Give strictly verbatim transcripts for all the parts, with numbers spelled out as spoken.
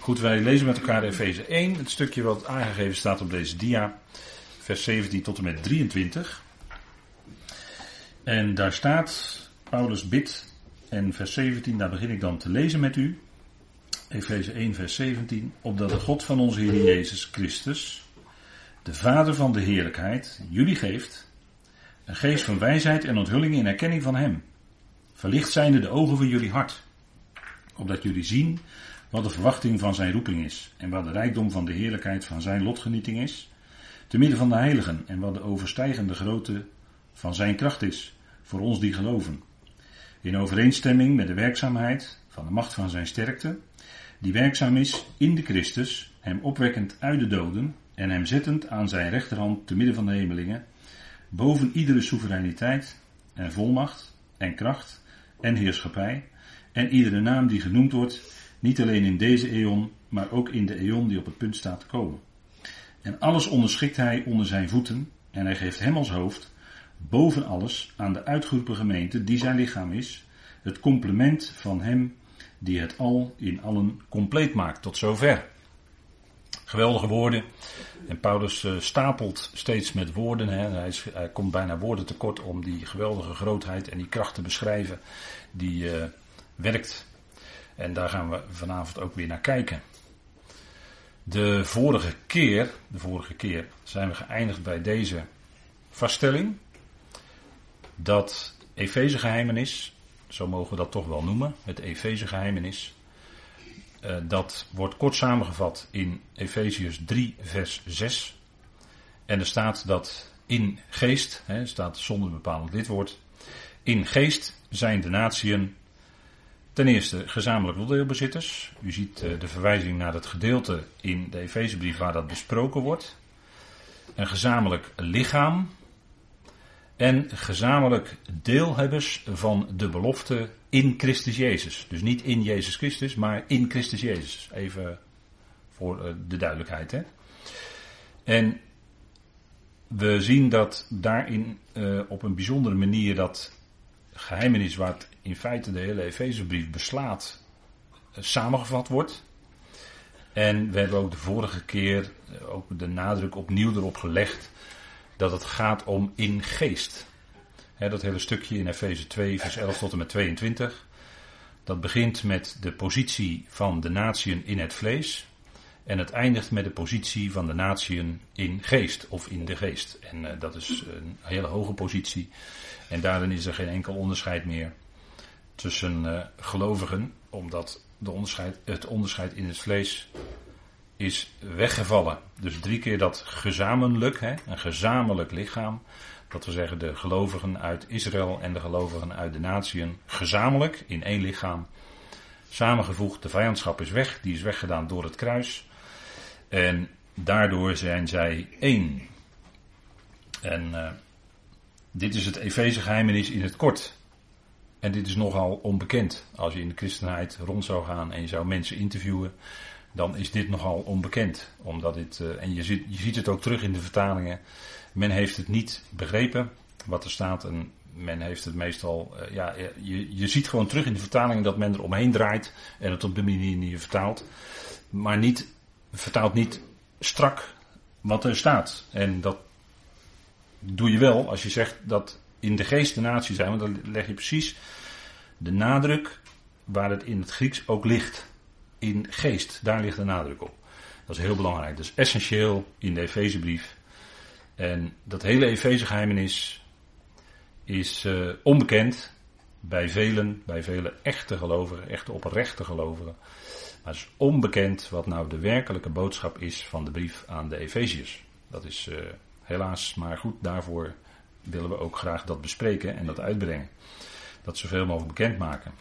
Goed, wij lezen met elkaar Efeze één, het stukje wat aangegeven staat op deze dia, vers zeventien tot en met drieëntwintig. En daar staat, Paulus bidt, en vers zeventien, daar begin ik dan te lezen met u. Efeze één, vers zeventien, opdat de God van onze Heer Jezus Christus, de Vader van de heerlijkheid, jullie geeft een geest van wijsheid en onthulling in erkenning van Hem. Verlicht zijnde de ogen van jullie hart, opdat jullie zien wat de verwachting van zijn roeping is en wat de rijkdom van de heerlijkheid van zijn lotgenieting is, te midden van de heiligen, en wat de overstijgende grootte van zijn kracht is, voor ons die geloven. In overeenstemming met de werkzaamheid van de macht van zijn sterkte, die werkzaam is in de Christus, hem opwekkend uit de doden en hem zettend aan zijn rechterhand te midden van de hemelingen, boven iedere soevereiniteit en volmacht en kracht en heerschappij en iedere naam die genoemd wordt, niet alleen in deze eon, maar ook in de eon die op het punt staat te komen. En alles onderschikt hij onder zijn voeten en hij geeft hem als hoofd, boven alles, aan de uitgeroepen gemeente die zijn lichaam is, het complement van hem die het al in allen compleet maakt. Tot zover. Geweldige woorden. En Paulus uh, stapelt steeds met woorden. Hè. Hij, is, hij komt bijna woorden tekort om die geweldige grootheid en die kracht te beschrijven die uh, werkt. En daar gaan we vanavond ook weer naar kijken. De vorige keer, de vorige keer zijn we geëindigd bij deze vaststelling. Dat Efezegeheimenis, zo mogen we dat toch wel noemen, het Efezegeheimenis. Uh, dat wordt kort samengevat in Efeziërs drie vers zes. En er staat dat in geest, hè, staat zonder bepalend lidwoord. In geest zijn de natieën ten eerste gezamenlijk wildeelbezitters. U ziet uh, de verwijzing naar het gedeelte in de Efezebrief waar dat besproken wordt. Een gezamenlijk lichaam. En gezamenlijk deelhebbers van de belofte in Christus Jezus. Dus niet in Jezus Christus, maar in Christus Jezus. Even voor uh, de duidelijkheid. Hè? En we zien dat daarin uh, op een bijzondere manier dat geheimenis waar het in feite de hele Efezebrief beslaat, uh, samengevat wordt. En we hebben ook de vorige keer uh, ook de nadruk opnieuw erop gelegd dat het gaat om in geest. He, dat hele stukje in Efeze twee vers elf tot en met tweeëntwintig. Dat begint met de positie van de natieën in het vlees. En het eindigt met de positie van de natieën in geest of in de geest. En uh, dat is een hele hoge positie. En daarin is er geen enkel onderscheid meer tussen uh, gelovigen. Omdat de onderscheid, het onderscheid in het vlees is weggevallen. Dus drie keer dat gezamenlijk, hè, een gezamenlijk lichaam. Dat we zeggen de gelovigen uit Israël en de gelovigen uit de natieën gezamenlijk in één lichaam. Samengevoegd, de vijandschap is weg, die is weggedaan door het kruis. En daardoor zijn zij één. En uh, dit is het Efezegeheimenis in het kort. En dit is nogal onbekend. Als je in de christenheid rond zou gaan en je zou mensen interviewen, dan is dit nogal onbekend. Omdat dit, uh, en je ziet, je ziet het ook terug in de vertalingen. Men heeft het niet begrepen wat er staat en men heeft het meestal, uh, ja, je, je ziet gewoon terug in de vertalingen dat men er omheen draait en het op de manier vertaalt. Maar niet, vertaalt niet strak wat er staat. En dat doe je wel als je zegt dat in de geest de natie zijn, want dan leg je precies de nadruk waar het in het Grieks ook ligt. In geest, daar ligt de nadruk op. Dat is heel belangrijk. Dat is essentieel in de Efezebrief. En dat hele Efezegeheimenis is uh, onbekend bij velen, bij vele echte gelovigen, echte oprechte gelovigen. Maar het is onbekend wat nou de werkelijke boodschap is van de brief aan de Efeziërs. Dat is uh, helaas, maar goed, daarvoor willen we ook graag dat bespreken en dat uitbrengen. Dat zoveel mogelijk bekendmaken.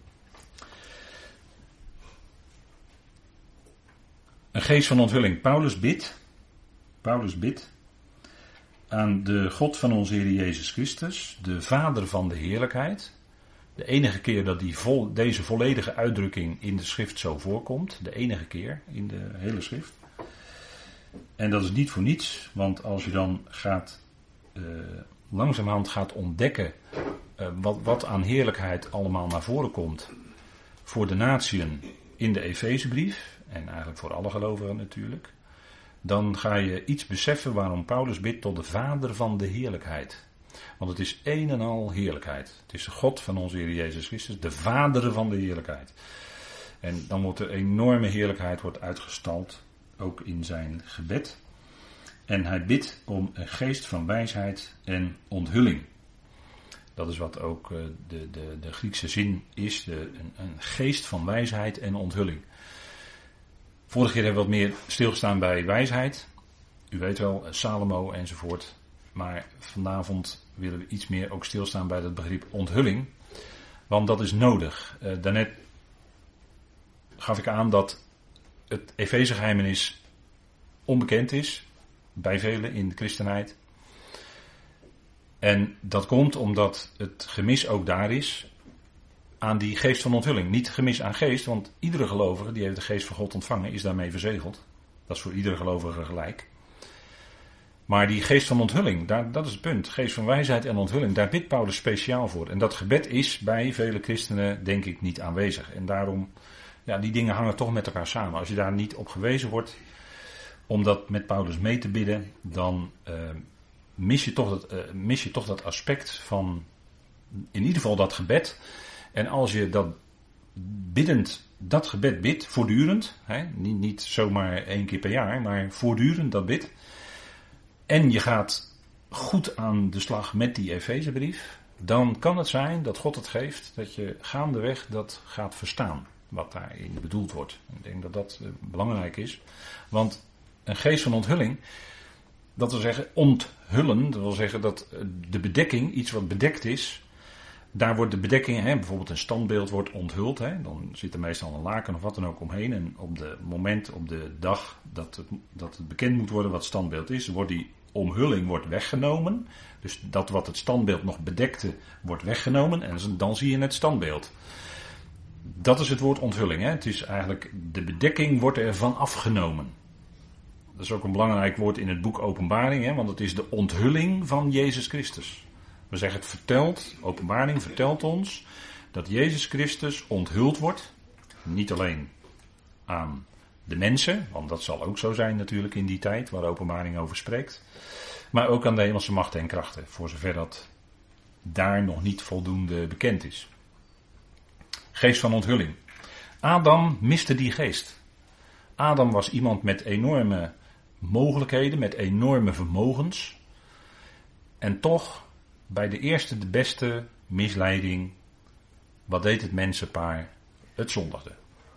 Een geest van onthulling. Paulus bidt, Paulus bidt aan de God van onze Heer Jezus Christus, de Vader van de heerlijkheid. De enige keer dat die vol, deze volledige uitdrukking in de schrift zo voorkomt. De enige keer in de hele schrift. En dat is niet voor niets, want als je dan gaat, uh, langzamerhand gaat ontdekken uh, wat, wat aan heerlijkheid allemaal naar voren komt voor de natieën in de Efezebrief. en eigenlijk voor alle gelovigen natuurlijk, dan ga je iets beseffen waarom Paulus bidt tot de Vader van de heerlijkheid. Want het is een en al heerlijkheid. Het is de God van onze Heer Jezus Christus, de Vader van de heerlijkheid. En dan wordt er enorme heerlijkheid wordt uitgestald, ook in zijn gebed. En hij bidt om een geest van wijsheid en onthulling. Dat is wat ook de, de, de Griekse zin is, de, een, een geest van wijsheid en onthulling. Vorige keer hebben we wat meer stilgestaan bij wijsheid. U weet wel, Salomo enzovoort. Maar vanavond willen we iets meer ook stilstaan bij het begrip onthulling. Want dat is nodig. Uh, daarnet gaf ik aan dat het Efezegeheimenis onbekend is. Bij velen in de christenheid. En dat komt omdat het gemis ook daar is aan die geest van onthulling. Niet gemis aan geest, want iedere gelovige die heeft de geest van God ontvangen is daarmee verzegeld. Dat is voor iedere gelovige gelijk. Maar die geest van onthulling, daar, dat is het punt. Geest van wijsheid en onthulling, daar bidt Paulus speciaal voor. En dat gebed is bij vele christenen denk ik niet aanwezig. En daarom, ja, die dingen hangen toch met elkaar samen. Als je daar niet op gewezen wordt om dat met Paulus mee te bidden, dan uh, mis je toch dat, uh, mis je toch dat aspect van in ieder geval dat gebed. En als je dat biddend, dat gebed bidt, voortdurend, hè, niet, niet zomaar één keer per jaar, maar voortdurend dat bidt. En je gaat goed aan de slag met die Efezebrief, dan kan het zijn dat God het geeft, dat je gaandeweg dat gaat verstaan, wat daarin bedoeld wordt. Ik denk dat dat uh, belangrijk is, want een geest van onthulling, dat wil zeggen onthullen, dat wil zeggen dat de bedekking, iets wat bedekt is, daar wordt de bedekking, hè, bijvoorbeeld een standbeeld wordt onthuld, hè, dan zit er meestal een laken of wat dan ook omheen en op het moment, op de dag dat het, dat het bekend moet worden wat het standbeeld is, wordt die omhulling wordt weggenomen, dus dat wat het standbeeld nog bedekte wordt weggenomen en dan zie je het standbeeld. Dat is het woord onthulling, hè. Het is eigenlijk, de bedekking wordt er van afgenomen. Dat is ook een belangrijk woord in het boek Openbaring, hè, want het is de onthulling van Jezus Christus. We zeggen het vertelt, Openbaring vertelt ons dat Jezus Christus onthuld wordt. Niet alleen aan de mensen, want dat zal ook zo zijn natuurlijk in die tijd waar Openbaring over spreekt. Maar ook aan de hemelse machten en krachten, voor zover dat daar nog niet voldoende bekend is. Geest van onthulling. Adam miste die geest. Adam was iemand met enorme mogelijkheden, met enorme vermogens. En toch, bij de eerste, de beste misleiding, wat deed het mensenpaar? Het zondigde.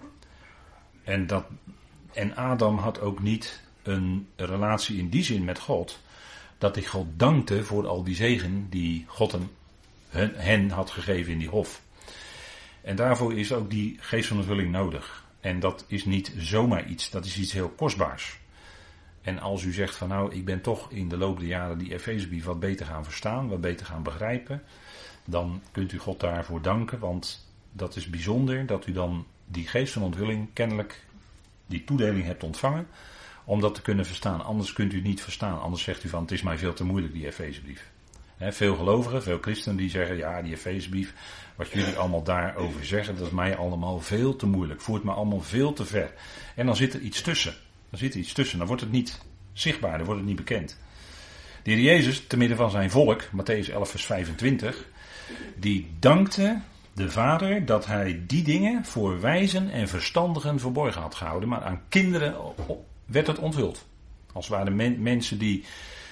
En, dat, en Adam had ook niet een relatie in die zin met God, dat hij God dankte voor al die zegen die God hem, hen, hen had gegeven in die hof. En daarvoor is ook die geest van onthulling nodig. En dat is niet zomaar iets, dat is iets heel kostbaars. En als u zegt van nou, ik ben toch in de loop der jaren die Efezebrief wat beter gaan verstaan, wat beter gaan begrijpen, dan kunt u God daarvoor danken, want dat is bijzonder dat u dan die geest van onthulling kennelijk die toedeling hebt ontvangen, om dat te kunnen verstaan. Anders kunt u het niet verstaan, anders zegt u van het is mij veel te moeilijk die Efezebrief. He, veel gelovigen, veel christenen die zeggen ja die Efezebrief, wat jullie allemaal daarover zeggen, dat is mij allemaal veel te moeilijk, voert me allemaal veel te ver. En dan zit er iets tussen. Dan zit er iets tussen, dan wordt het niet zichtbaar, dan wordt het niet bekend. De Heer Jezus, te midden van zijn volk, Mattheüs elf vers vijfentwintig, die dankte de Vader dat hij die dingen voor wijzen en verstandigen verborgen had gehouden, maar aan kinderen werd het onthuld. Als het waren men, mensen die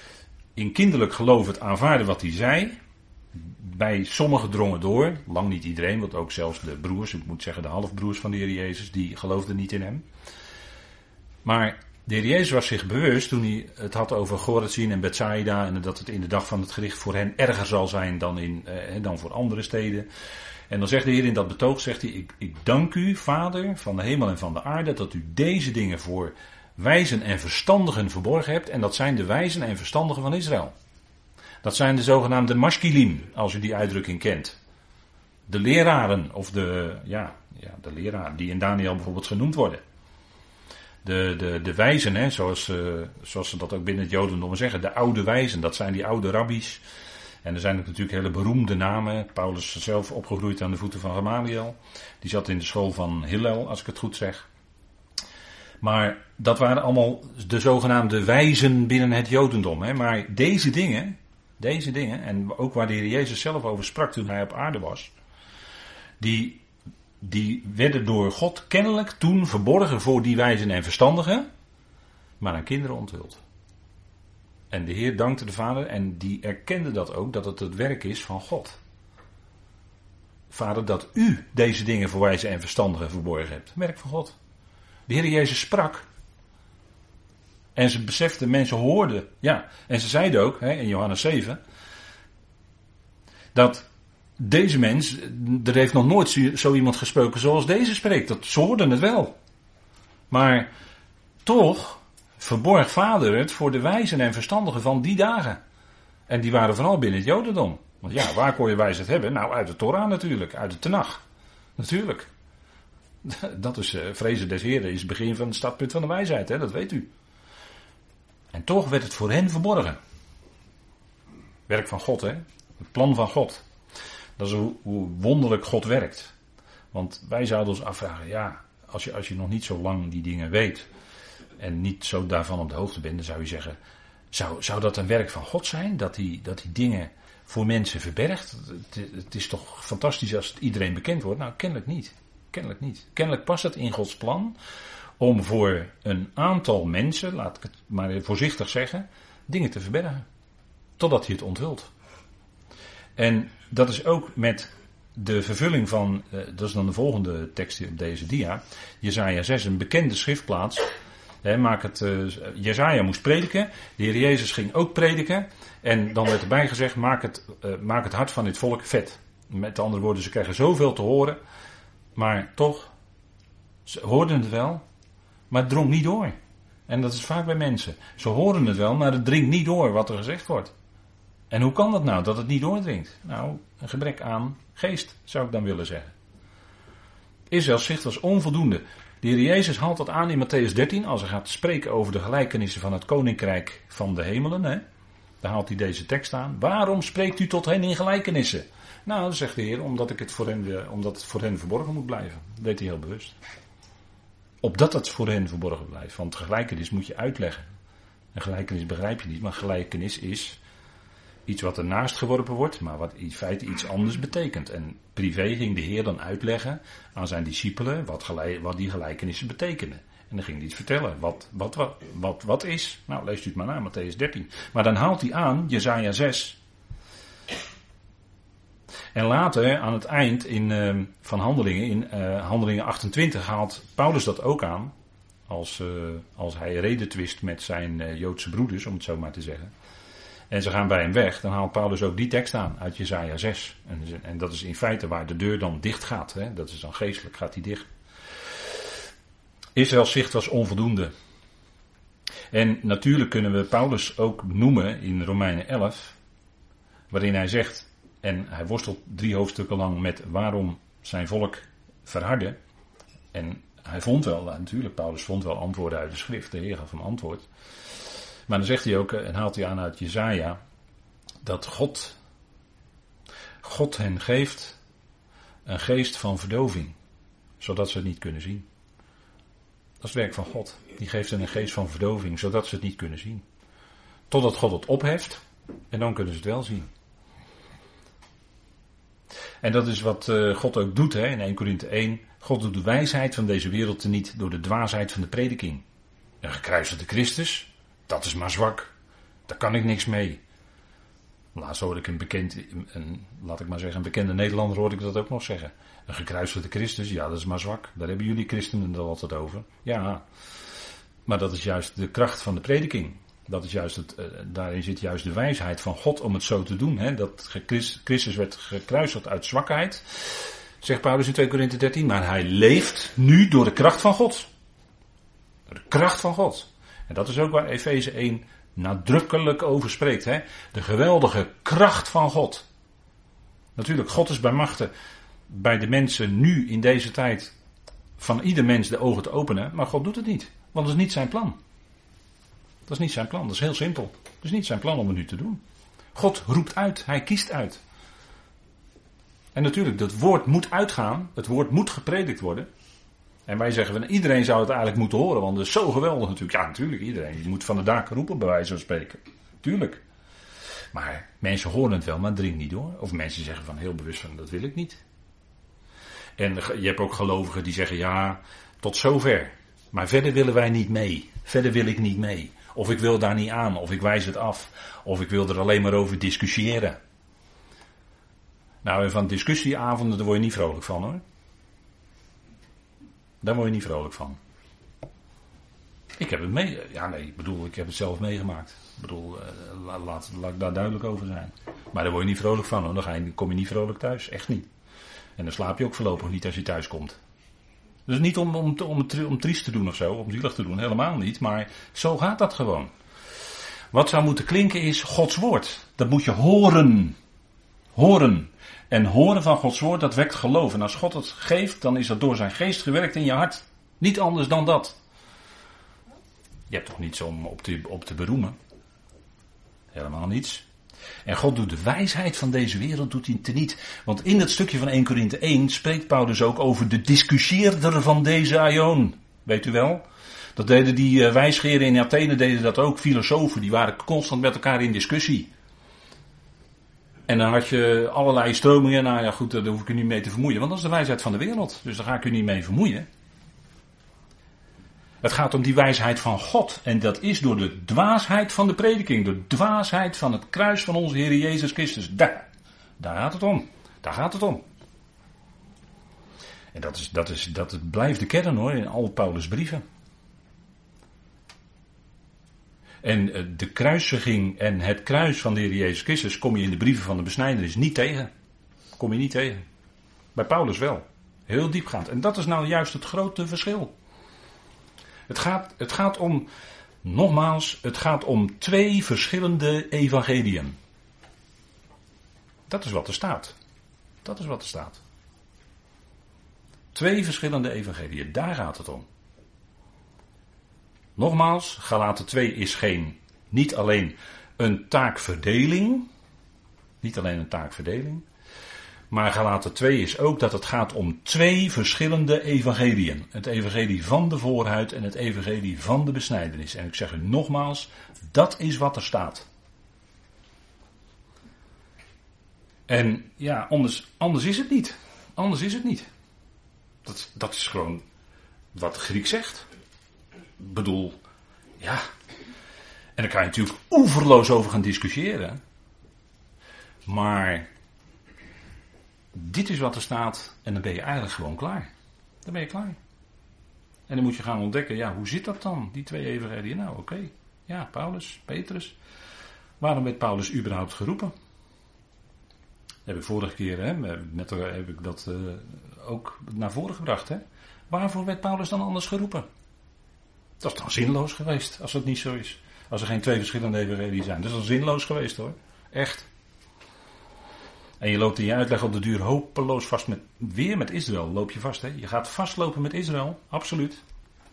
in kinderlijk geloof het aanvaarden wat hij zei, bij sommigen drongen door, lang niet iedereen, want ook zelfs de broers, ik moet zeggen de halfbroers van de Heer Jezus, die geloofden niet in hem. Maar de Heer Jezus was zich bewust toen hij het had over Chorazin en Bethsaida en dat het in de dag van het gericht voor hen erger zal zijn dan, in, eh, dan voor andere steden. En dan zegt de Heer in dat betoog, zegt hij, ik, ik dank u, Vader van de hemel en van de aarde, dat u deze dingen voor wijzen en verstandigen verborgen hebt. En dat zijn de wijzen en verstandigen van Israël. Dat zijn de zogenaamde maskilim, als u die uitdrukking kent. De leraren, of de, ja, ja, de leraren die in Daniel bijvoorbeeld genoemd worden. De, de, de wijzen, hè, zoals, uh, zoals ze dat ook binnen het Jodendom zeggen, de oude wijzen, dat zijn die oude rabbies. En er zijn ook natuurlijk hele beroemde namen. Paulus zelf opgegroeid aan de voeten van Gamaliel. Die zat in de school van Hillel, als ik het goed zeg. Maar dat waren allemaal de zogenaamde wijzen binnen het Jodendom. Hè. Maar deze dingen, deze dingen, en ook waar de Heer Jezus zelf over sprak toen hij op aarde was, die, die werden door God kennelijk toen verborgen voor die wijzen en verstandigen, maar aan kinderen onthuld. En de Heer dankte de Vader en die erkende dat ook, dat het het werk is van God. Vader, dat u deze dingen voor wijzen en verstandigen verborgen hebt. Werk van God. De Heer Jezus sprak. En ze beseften, mensen hoorden. Ja, en ze zeiden ook, hè, in Johannes zeven, dat deze mens, er heeft nog nooit zo iemand gesproken zoals deze spreekt. Dat, ze hoorden het wel. Maar toch verborg Vader het voor de wijzen en verstandigen van die dagen. En die waren vooral binnen het Jodendom. Want ja, waar kon je wijsheid hebben? Nou, uit de Torah natuurlijk, uit de Tenach. Natuurlijk. Dat is, uh, vrezen des Heren, is het begin van het startpunt van de wijsheid, hè? Dat weet u. En toch werd het voor hen verborgen. Werk van God, hè? Het plan van God. Dat is hoe, hoe wonderlijk God werkt. Want wij zouden ons afvragen, ja, als je, als je nog niet zo lang die dingen weet en niet zo daarvan op de hoogte bent, dan zou je zeggen, zou, zou dat een werk van God zijn? Dat hij dat die dingen voor mensen verbergt? Het, het is toch fantastisch als het iedereen bekend wordt? Nou, kennelijk niet. Kennelijk niet. Kennelijk past het in Gods plan om voor een aantal mensen, laat ik het maar voorzichtig zeggen, dingen te verbergen. Totdat hij het onthult. En dat is ook met de vervulling van, uh, dat is dan de volgende tekst op deze dia, Jesaja zes, een bekende schriftplaats. He, maak het, uh, Jesaja moest prediken, de Heer Jezus ging ook prediken. En dan werd erbij gezegd, maak het, uh, maak het hart van dit volk vet. Met andere woorden, ze krijgen zoveel te horen. Maar toch, ze hoorden het wel, maar het drong niet door. En dat is vaak bij mensen. Ze horen het wel, maar het dringt niet door wat er gezegd wordt. En hoe kan dat nou, dat het niet doordringt? Nou, een gebrek aan geest, zou ik dan willen zeggen. Israëls zicht was onvoldoende. De Heer Jezus haalt dat aan in Matthäus dertien, als hij gaat spreken over de gelijkenissen van het koninkrijk van de hemelen. Hè? Daar haalt hij deze tekst aan. Waarom spreekt u tot hen in gelijkenissen? Nou, dan zegt de Heer, omdat, ik het voor hen, omdat het voor hen verborgen moet blijven. Dat deed hij heel bewust. Opdat het voor hen verborgen blijft. Want gelijkenis moet je uitleggen. Een gelijkenis begrijp je niet, maar gelijkenis is iets wat ernaast geworpen wordt, maar wat in feite iets anders betekent. En privé ging de Heer dan uitleggen aan zijn discipelen wat, gelijk, wat die gelijkenissen betekenen. En dan ging hij iets vertellen. Wat, wat, wat, wat, wat is? Nou, leest u het maar na, Matthäus dertien. Maar dan haalt hij aan, Jesaja zes. En later, aan het eind in, uh, van Handelingen, in uh, Handelingen achtentwintig, haalt Paulus dat ook aan. Als, uh, als hij redetwist met zijn uh, Joodse broeders, om het zo maar te zeggen. En ze gaan bij hem weg, dan haalt Paulus ook die tekst aan uit Jesaja zes. En, en dat is in feite waar de deur dan dicht gaat. Hè? Dat is dan geestelijk, gaat die dicht. Israëls zicht was onvoldoende. En natuurlijk kunnen we Paulus ook noemen in Romeinen elf, waarin hij zegt, en hij worstelt drie hoofdstukken lang met waarom zijn volk verhardde. En hij vond wel, natuurlijk, Paulus vond wel antwoorden uit de schrift, de Heer gaf hem antwoord. Maar dan zegt hij ook, en haalt hij aan uit Jesaja, dat God, God hen geeft een geest van verdoving, zodat ze het niet kunnen zien. Dat is het werk van God. Die geeft hen een geest van verdoving, zodat ze het niet kunnen zien. Totdat God het opheft, en dan kunnen ze het wel zien. En dat is wat uh, God ook doet, hè, in Eerste Korinthe één. God doet de wijsheid van deze wereld teniet door de dwaasheid van de prediking. Een gekruisigde Christus, dat is maar zwak. Daar kan ik niks mee. Laatst hoorde ik een bekend, een, laat ik maar zeggen, een bekende Nederlander hoorde ik dat ook nog zeggen. Een gekruisigde Christus, ja, dat is maar zwak. Daar hebben jullie christenen het altijd over. Ja, maar dat is juist de kracht van de prediking. Dat is juist het, uh, daarin zit juist de wijsheid van God om het zo te doen. Hè? Dat Christus werd gekruisigd uit zwakheid, zegt Paulus in Tweede Korinthe dertien, maar hij leeft nu door de kracht van God. Door de kracht van God. En dat is ook waar Efeze één nadrukkelijk over spreekt. Hè? De geweldige kracht van God. Natuurlijk, God is bij machten bij de mensen nu in deze tijd van ieder mens de ogen te openen, maar God doet het niet. Want dat is niet zijn plan. Dat is niet zijn plan, dat is heel simpel. Het is niet zijn plan om het nu te doen. God roept uit, hij kiest uit. En natuurlijk, dat woord moet uitgaan, het woord moet gepredikt worden. En wij zeggen van iedereen zou het eigenlijk moeten horen, want het is zo geweldig natuurlijk. Ja, natuurlijk, iedereen. Je moet van de daken roepen, bij wijze van spreken. Tuurlijk. Maar mensen horen het wel, maar het dringt niet door. Of mensen zeggen van heel bewust van, dat wil ik niet. En je hebt ook gelovigen die zeggen, ja, tot zover. Maar verder willen wij niet mee. Verder wil ik niet mee. Of ik wil daar niet aan, of ik wijs het af. Of ik wil er alleen maar over discussiëren. Nou, en van discussieavonden, daar word je niet vrolijk van, hoor. Daar word je niet vrolijk van. Ik heb het mee... Ja, nee, ik bedoel, ik heb het zelf meegemaakt. Ik bedoel, uh, laat, laat ik daar duidelijk over zijn. Maar daar word je niet vrolijk van, hoor. Dan ga je, kom je niet vrolijk thuis. Echt niet. En dan slaap je ook voorlopig niet als je thuis komt. Dus niet om, om, om, om triest te doen of zo, om zielig te doen. Helemaal niet. Maar zo gaat dat gewoon. Wat zou moeten klinken is Gods woord. Dat moet je horen. Horen. En horen van Gods woord, dat wekt geloof. En als God het geeft, dan is dat door zijn geest gewerkt in je hart. Niet anders dan dat. Je hebt toch niets om op te, op te beroemen? Helemaal niets. En God doet de wijsheid van deze wereld doet hij teniet. Want in dat stukje van Eerste Korinthe één spreekt Paulus ook over de discussieerder van deze aion. Weet u wel? Dat deden die uh, wijsgeren in Athene, deden dat ook. Filosofen, die waren constant met elkaar in discussie. En dan had je allerlei stromingen. Nou ja, goed, daar hoef ik u niet mee te vermoeien. Want dat is de wijsheid van de wereld. Dus daar ga ik u niet mee vermoeien. Het gaat om die wijsheid van God. En dat is door de dwaasheid van de prediking. De dwaasheid van het kruis van onze Heer Jezus Christus. Daar, daar gaat het om. Daar gaat het om. En dat, is, dat, is, dat blijft de kern, hoor, in al Paulus' brieven. En de kruisiging en het kruis van de Heer Jezus Christus kom je in de brieven van de besnijdenis niet tegen. Kom je niet tegen. Bij Paulus wel. Heel diepgaand. En dat is nou juist het grote verschil. Het gaat, het gaat om, nogmaals, het gaat om twee verschillende evangeliën. Dat is wat er staat. Dat is wat er staat. Twee verschillende evangeliën, daar gaat het om. Nogmaals, Galaten twee is geen, niet alleen een taakverdeling, niet alleen een taakverdeling, maar Galaten twee is ook dat het gaat om twee verschillende evangeliën. Het evangelie van de voorhuid en het evangelie van de besnijdenis. En ik zeg u nogmaals, dat is wat er staat. En ja, anders, anders is het niet. Anders is het niet. Dat, dat is gewoon wat Griek zegt. Ik bedoel, ja. En daar kan je natuurlijk oeverloos over gaan discussiëren. Maar dit is wat er staat en dan ben je eigenlijk gewoon klaar. Dan ben je klaar. En dan moet je gaan ontdekken, ja, hoe zit dat dan, die twee evangelieën? Nou, oké. Okay. Ja, Paulus, Petrus. Waarom werd Paulus überhaupt geroepen? Dat heb ik vorige keer, hè, net heb ik dat uh, ook naar voren gebracht. Hè. Waarvoor werd Paulus dan anders geroepen? Dat is dan zinloos geweest, als het niet zo is. Als er geen twee verschillende evangelieën zijn. Dat is dan zinloos geweest, hoor. Echt. En je loopt in je uitleg op de duur hopeloos vast met, weer met Israël loop je vast, hè. Je gaat vastlopen met Israël, absoluut.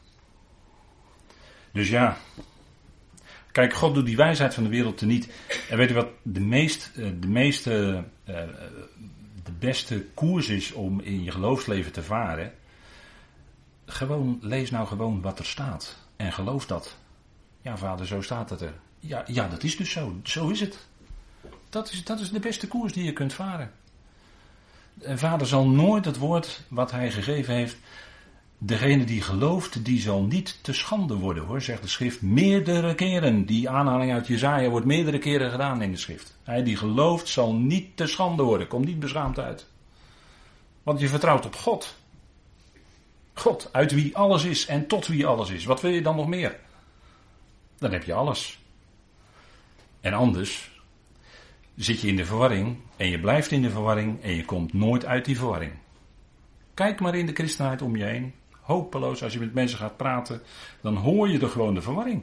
Dus ja. Kijk, God doet die wijsheid van de wereld teniet. En weet u wat de meest, de meeste, de beste koers is om in je geloofsleven te varen? Gewoon, lees nou gewoon wat er staat. En geloof dat. Ja, vader, zo staat het er. Ja, ja, dat is dus zo. Zo is het. Dat is, dat is de beste koers die je kunt varen. En vader zal nooit het woord wat hij gegeven heeft. Degene die gelooft, die zal niet te schande worden, hoor, zegt de schrift. Meerdere keren. Die aanhaling uit Jesaja wordt meerdere keren gedaan in de schrift. Hij die gelooft zal niet te schande worden. Komt niet beschaamd uit. Want je vertrouwt op God. God, uit wie alles is en tot wie alles is. Wat wil je dan nog meer? Dan heb je alles. En anders zit je in de verwarring en je blijft in de verwarring en je komt nooit uit die verwarring. Kijk maar in de christenheid om je heen. Hopeloos, als je met mensen gaat praten, dan hoor je er gewoon de verwarring.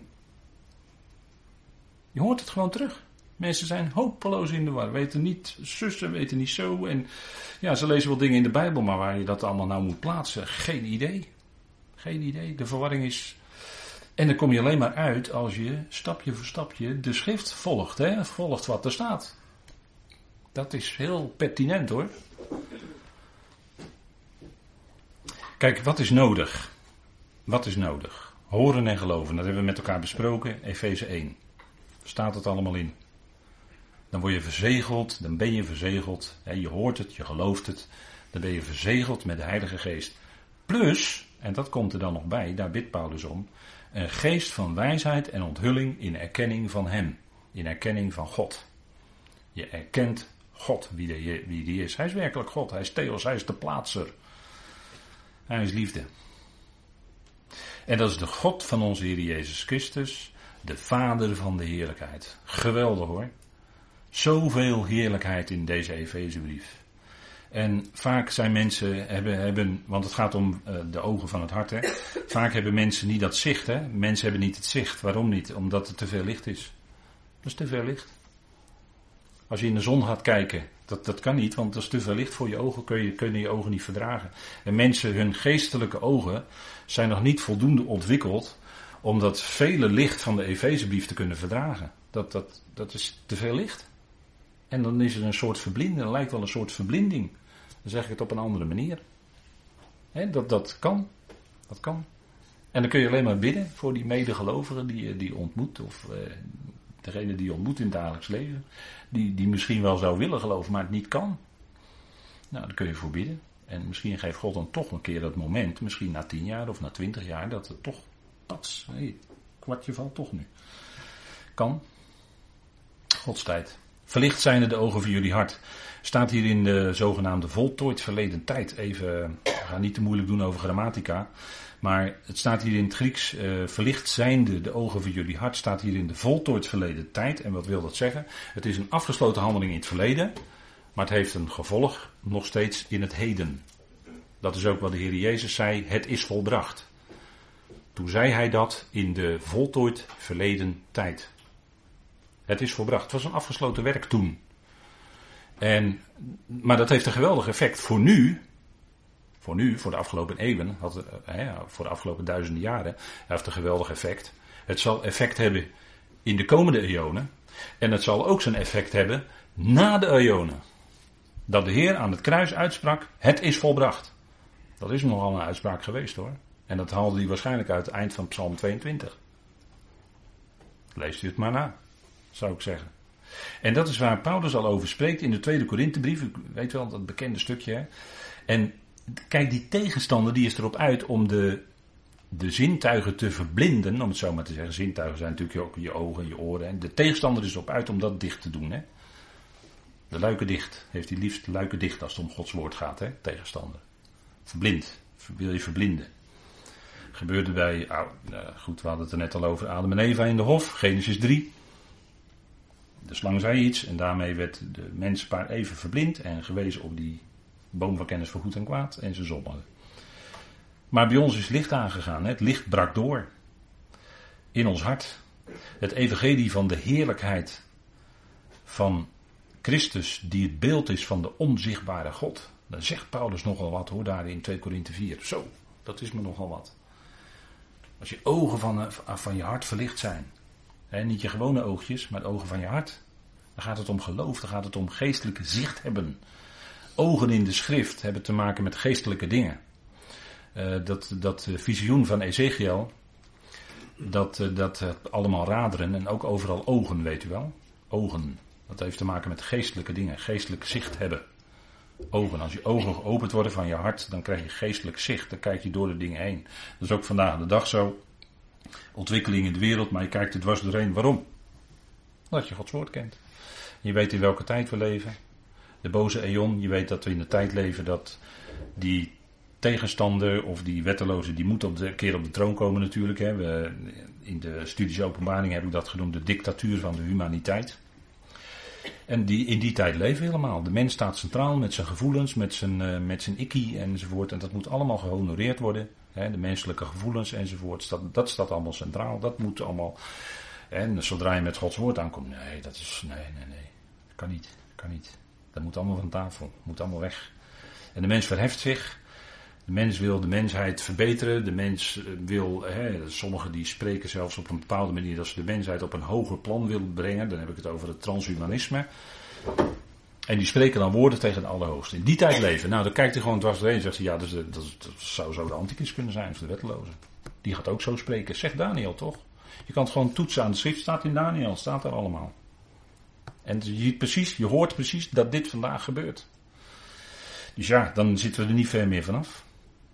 Je hoort het gewoon terug. Mensen zijn hopeloos in de war. Weten niet zussen, weten niet zo. En ja, ze lezen wel dingen in de Bijbel, maar waar je dat allemaal nou moet plaatsen, geen idee. Geen idee. De verwarring is. En dan kom je alleen maar uit als je stapje voor stapje de schrift volgt. Hè? Volgt wat er staat. Dat is heel pertinent, hoor. Kijk, wat is nodig? Wat is nodig? Horen en geloven, dat hebben we met elkaar besproken, Efeze één. Daar staat het allemaal in. Dan word je verzegeld, dan ben je verzegeld. Hè, je hoort het, je gelooft het. Dan ben je verzegeld met de Heilige Geest. Plus, en dat komt er dan nog bij, daar bidt Paulus om, een geest van wijsheid en onthulling in erkenning van hem. In erkenning van God. Je erkent God, wie die, wie die is. Hij is werkelijk God, hij is Theos, hij is de plaatser. Hij is liefde. En dat is de God van onze Heer Jezus Christus, de Vader van de heerlijkheid. Geweldig hoor. Zoveel heerlijkheid in deze Efezebrief. En vaak zijn mensen, hebben, hebben, want het gaat om uh, de ogen van het hart. Hè. Vaak hebben mensen niet dat zicht. Hè. Mensen hebben niet het zicht. Waarom niet? Omdat er te veel licht is. Dat is te veel licht. Als je in de zon gaat kijken, dat, dat kan niet, want er is te veel licht voor je ogen, kun je, kunnen je ogen niet verdragen. En mensen, hun geestelijke ogen zijn nog niet voldoende ontwikkeld om dat vele licht van de Efezebrief te kunnen verdragen. Dat, dat, dat is te veel licht. En dan is er een soort verblinding, dat lijkt wel een soort verblinding. Dan zeg ik het op een andere manier. He, dat, dat kan. Dat kan. En dan kun je alleen maar bidden voor die medegelovigen die je die ontmoet. Of eh, degene die je ontmoet in het dagelijks leven. Die, die misschien wel zou willen geloven, maar het niet kan. Nou, daar kun je voor bidden. En misschien geeft God dan toch een keer dat moment. Misschien na tien jaar of na twintig jaar. Dat het toch, pats, hey, kwartje valt toch nu. Kan. Gods tijd. Verlicht zijn de ogen van jullie hart. Staat hier in de zogenaamde voltooid verleden tijd. Even, we gaan niet te moeilijk doen over grammatica. Maar het staat hier in het Grieks. Uh, verlicht zijnde de ogen van jullie hart. Staat hier in de voltooid verleden tijd. En wat wil dat zeggen? Het is een afgesloten handeling in het verleden. Maar het heeft een gevolg nog steeds in het heden. Dat is ook wat de Heer Jezus zei. Het is volbracht. Toen zei hij dat in de voltooid verleden tijd. Het is volbracht. Het was een afgesloten werk toen. En, maar dat heeft een geweldig effect voor nu. Voor nu, voor de afgelopen eeuwen, had, eh, voor de afgelopen duizenden jaren, heeft een geweldig effect. Het zal effect hebben in de komende eonen. En het zal ook zijn effect hebben na de eonen. Dat de Heer aan het kruis uitsprak, het is volbracht. Dat is nogal een uitspraak geweest hoor. En dat haalde hij waarschijnlijk uit het eind van Psalm tweeëntwintig. Leest u het maar na, zou ik zeggen. En dat is waar Paulus al over spreekt in de tweede Korinthebrief. U weet wel, dat bekende stukje. Hè? En kijk, die tegenstander die is erop uit om de, de zintuigen te verblinden. Om het zo maar te zeggen. Zintuigen zijn natuurlijk ook je ogen en je oren. En de tegenstander is erop uit om dat dicht te doen. Hè? De luiken dicht. Heeft hij liefst luiken dicht als het om Gods woord gaat. Hè? Tegenstander. Verblind. Wil je verblinden. Gebeurde bij, oh, nou goed, we hadden het er net al over Adam en Eva in de hof. Genesis drie. De slang zei iets en daarmee werd de menspaar even verblind en gewezen op die boom van kennis van goed en kwaad en ze zondigden. Maar bij ons is licht aangegaan, hè? Het licht brak door in ons hart. Het evangelie van de heerlijkheid van Christus die het beeld is van de onzichtbare God. Dan zegt Paulus nogal wat hoor daar in twee Korinthe vier. Zo, dat is me nogal wat. Als je ogen van, van je hart verlicht zijn. He, niet je gewone oogjes, maar de ogen van je hart. Dan gaat het om geloof, dan gaat het om geestelijke zicht hebben. Ogen in de schrift hebben te maken met geestelijke dingen. Uh, dat, dat visioen van Ezekiel, dat, uh, dat uh, allemaal raderen en ook overal ogen, weet u wel. Ogen, dat heeft te maken met geestelijke dingen, geestelijk zicht hebben. Ogen, als je ogen geopend worden van je hart, dan krijg je geestelijk zicht, dan kijk je door de dingen heen. Dat is ook vandaag de dag zo. Ontwikkeling in de wereld, maar je kijkt er dwars doorheen. Waarom? Omdat je Gods woord kent. Je weet in welke tijd we leven. De boze eon, je weet dat we in de tijd leven dat die tegenstander of die wetteloze, die moet op de keer op de troon komen natuurlijk. Hè. We, in de studies openbaring heb ik dat genoemd, de dictatuur van de humaniteit. En die, in die tijd leven we helemaal. De mens staat centraal met zijn gevoelens, met zijn, uh, met zijn ikkie enzovoort. En dat moet allemaal gehonoreerd worden. Hè, de menselijke gevoelens enzovoort. Dat, dat staat allemaal centraal. Dat moet allemaal. En zodra je met Gods woord aankomt. Nee, dat is. Nee, nee, nee. Kan niet. Kan niet. Dat moet allemaal van tafel. Moet allemaal weg. En de mens verheft zich. De mens wil de mensheid verbeteren. De mens wil. Hè, sommigen die spreken zelfs op een bepaalde manier dat ze de mensheid op een hoger plan willen brengen. Dan heb ik het over het transhumanisme. En die spreken dan woorden tegen de Allerhoogste. In die tijd leven. Nou, dan kijkt hij gewoon dwars doorheen en zegt hij, ja, dat, is, dat, is, dat zou zo de antichrist kunnen zijn, of de wetteloze. Die gaat ook zo spreken. Zegt Daniel toch? Je kan het gewoon toetsen aan de schrift, staat in Daniel, staat daar allemaal. En je ziet precies, je hoort precies dat dit vandaag gebeurt. Dus ja, dan zitten we er niet ver meer vanaf.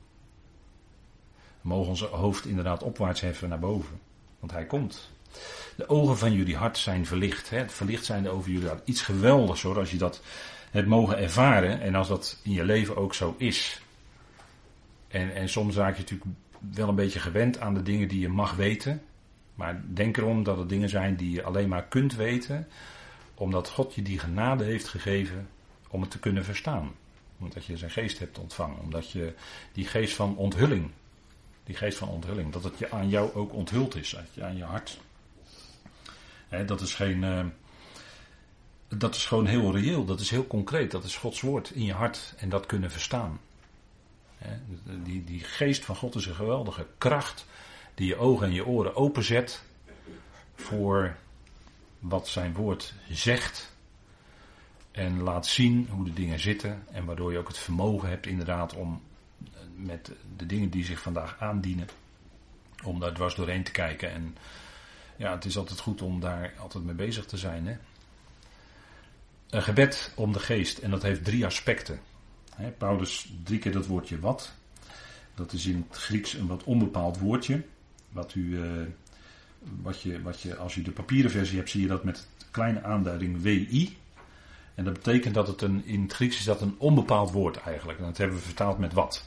We mogen ons hoofd inderdaad opwaarts heffen naar boven. Want hij komt. De ogen van jullie hart zijn verlicht. Hè? Het verlicht zijn over jullie hart. Iets geweldigs hoor, als je dat hebt mogen ervaren. En als dat in je leven ook zo is. En, en soms raak je natuurlijk wel een beetje gewend aan de dingen die je mag weten. Maar denk erom dat het dingen zijn die je alleen maar kunt weten. Omdat God je die genade heeft gegeven om het te kunnen verstaan. Omdat je zijn geest hebt ontvangen. Omdat je die geest van onthulling. Die geest van onthulling. Dat het je aan jou ook onthuld is. Aan je hart. He, dat is geen. Uh, dat is gewoon heel reëel. Dat is heel concreet. Dat is Gods woord in je hart. En dat kunnen verstaan. He, die, die geest van God is een geweldige kracht. Die je ogen en je oren openzet. Voor wat zijn woord zegt. En laat zien hoe de dingen zitten. En waardoor je ook het vermogen hebt inderdaad om met de dingen die zich vandaag aandienen. Om daar dwars doorheen te kijken. En ja, het is altijd goed om daar altijd mee bezig te zijn. Hè? Een gebed om de geest. En dat heeft drie aspecten. Hè, Paulus drie keer dat woordje wat. Dat is in het Grieks een wat onbepaald woordje. Wat u, uh, wat je, wat je, als je de papieren versie hebt, zie je dat met de kleine aanduiding W I. En dat betekent dat het een, in het Grieks is dat een onbepaald woord eigenlijk. En dat hebben we vertaald met wat.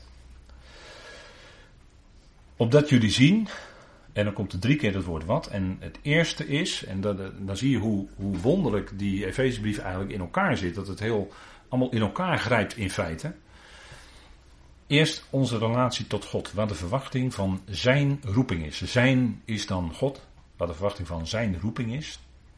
Opdat jullie zien, en dan komt er drie keer het woord wat. En het eerste is, en dat, dan zie je hoe, hoe wonderlijk die Efezebrief eigenlijk in elkaar zit. Dat het heel allemaal in elkaar grijpt in feite. Eerst onze relatie tot God, waar de verwachting van zijn roeping is. Zijn is dan God, waar de verwachting van zijn roeping is.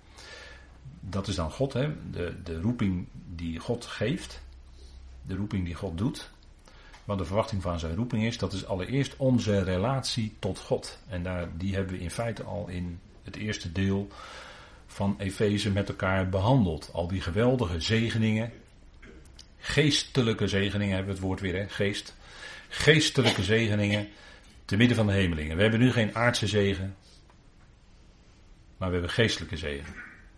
Dat is dan God, hè? De, de roeping die God geeft. De roeping die God doet. Wat de verwachting van zijn roeping is, dat is allereerst onze relatie tot God. En daar, die hebben we in feite al in het eerste deel van Efeze met elkaar behandeld. Al die geweldige zegeningen. Geestelijke zegeningen hebben we het woord weer, hè? Geest. Geestelijke zegeningen te midden van de hemelingen. We hebben nu geen aardse zegen, maar we hebben geestelijke zegen.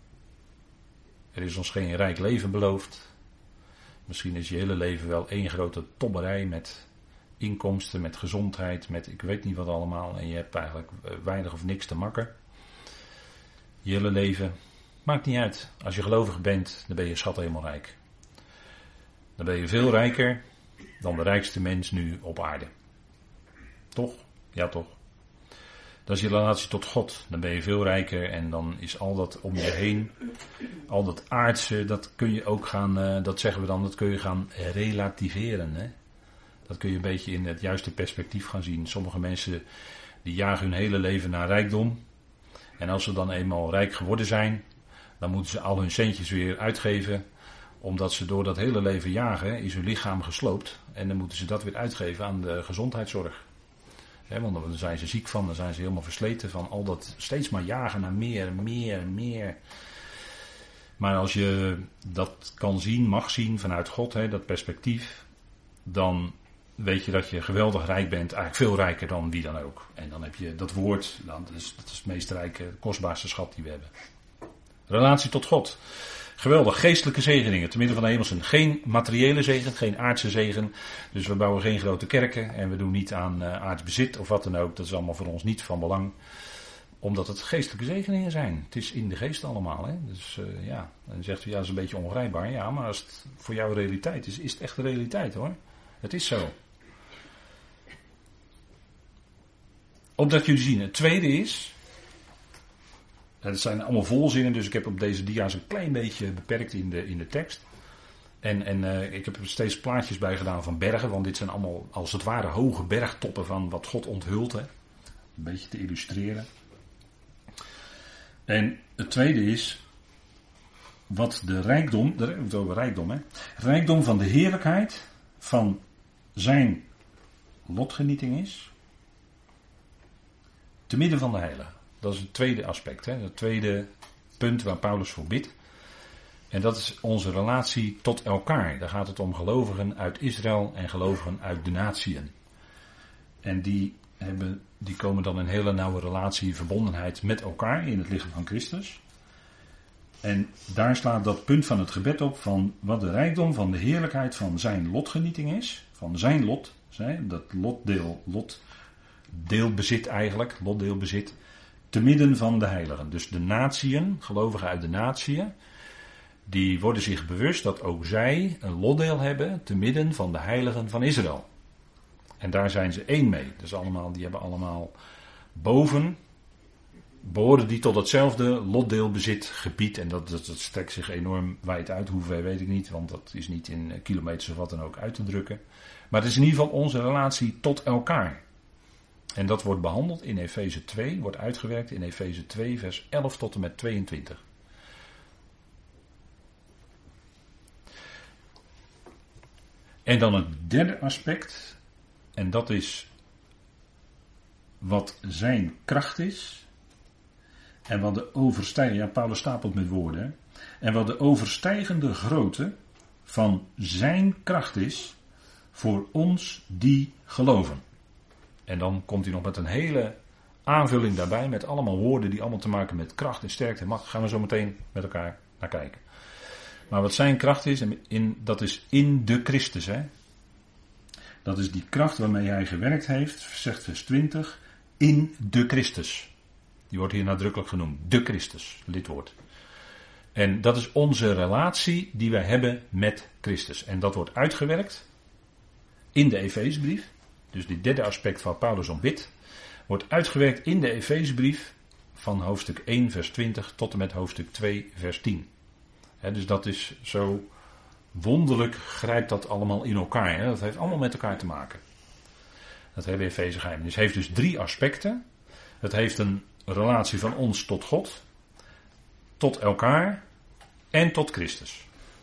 Er is ons geen rijk leven beloofd. Misschien is je hele leven wel één grote tobberij met inkomsten, met gezondheid, met ik weet niet wat allemaal. En je hebt eigenlijk weinig of niks te makken. Je hele leven maakt niet uit. Als je gelovig bent, dan ben je schat helemaal rijk. Dan ben je veel rijker dan de rijkste mens nu op aarde. Toch? Ja, toch. Dat is je relatie tot God. Dan ben je veel rijker en dan is al dat om je heen, al dat aardse, dat kun je ook gaan, uh, dat zeggen we dan, dat kun je gaan relativeren. Hè? Dat kun je een beetje in het juiste perspectief gaan zien. Sommige mensen die jagen hun hele leven naar rijkdom. En als ze dan eenmaal rijk geworden zijn, dan moeten ze al hun centjes weer uitgeven. Omdat ze door dat hele leven jagen, is hun lichaam gesloopt. En dan moeten ze dat weer uitgeven aan de gezondheidszorg. He, want dan zijn ze ziek van, dan zijn ze helemaal versleten van al dat steeds maar jagen naar meer, meer, meer. Maar als je dat kan zien, mag zien vanuit God, he, dat perspectief, dan weet je dat je geweldig rijk bent, eigenlijk veel rijker dan wie dan ook. En dan heb je dat woord, dat is, dat is het meest rijke, kostbaarste schat die we hebben. Relatie tot God. Geweldig, geestelijke zegeningen, te midden van de hemelsen. Geen materiële zegen, geen aardse zegen. Dus we bouwen geen grote kerken en we doen niet aan uh, aardsbezit of wat dan ook. Dat is allemaal voor ons niet van belang. Omdat het geestelijke zegeningen zijn. Het is in de geest allemaal. Hè? Dus uh, ja, dan zegt u ja, dat is een beetje ongrijpbaar. Ja, maar als het voor jou realiteit is, is het echt de realiteit hoor. Het is zo. Opdat jullie zien. Het tweede is. Het zijn allemaal volzinnen, dus ik heb op deze dia's een klein beetje beperkt in de, in de tekst. En, en uh, ik heb er steeds plaatjes bij gedaan van bergen, want dit zijn allemaal als het ware hoge bergtoppen van wat God onthult. Hè. Een beetje te illustreren. En het tweede is, wat de rijkdom, daar hebben we het over rijkdom, hè. Rijkdom van de heerlijkheid van zijn lotgenieting is, te midden van de heiligen. Dat is het tweede aspect, hè? Het tweede punt waar Paulus voor bidt. En dat is onze relatie tot elkaar. Daar gaat het om gelovigen uit Israël en gelovigen uit de natieën. En die, hebben, die komen dan in een hele nauwe relatie, verbondenheid met elkaar in het lichaam van Christus. En daar slaat dat punt van het gebed op van wat de rijkdom van de heerlijkheid van zijn lotgenieting is. Van zijn lot, dat lotdeel, lotdeelbezit eigenlijk, lotdeelbezit, te midden van de heiligen. Dus de natieën, gelovigen uit de natieën, die worden zich bewust dat ook zij een lotdeel hebben te midden van de heiligen van Israël. En daar zijn ze één mee. Dus allemaal, die hebben allemaal boven, behoren die tot hetzelfde lotdeelbezit gebied. En dat, dat, dat strekt zich enorm wijd uit. Hoeveel weet ik niet, want dat is niet in kilometers of wat dan ook uit te drukken. Maar het is in ieder geval onze relatie tot elkaar. En dat wordt behandeld in Efeze twee, wordt uitgewerkt in Efeze twee vers elf tot en met tweeëntwintig. En dan het derde aspect, en dat is wat zijn kracht is, en wat de overstijgende, ja Paulus stapelt met woorden, hè, en wat de overstijgende grootte van zijn kracht is voor ons die geloven. En dan komt hij nog met een hele aanvulling daarbij, met allemaal woorden die allemaal te maken met kracht en sterkte en macht. Gaan we zo meteen met elkaar naar kijken. Maar wat zijn kracht is, in, dat is in de Christus. Hè? Dat is die kracht waarmee hij gewerkt heeft, zegt vers twintig, in de Christus. Die wordt hier nadrukkelijk genoemd, de Christus, lidwoord. En dat is onze relatie die wij hebben met Christus. En dat wordt uitgewerkt in de Efezebrief. Dus dit derde aspect van Paulus om bid, wordt uitgewerkt in de Efezebrief van hoofdstuk één vers twintig tot en met hoofdstuk twee vers tien. He, dus dat is zo wonderlijk, grijpt dat allemaal in elkaar. He. Dat heeft allemaal met elkaar te maken. Dat hele Efezegeheimnis heeft dus drie aspecten. Het heeft een relatie van ons tot God, tot elkaar en tot Christus.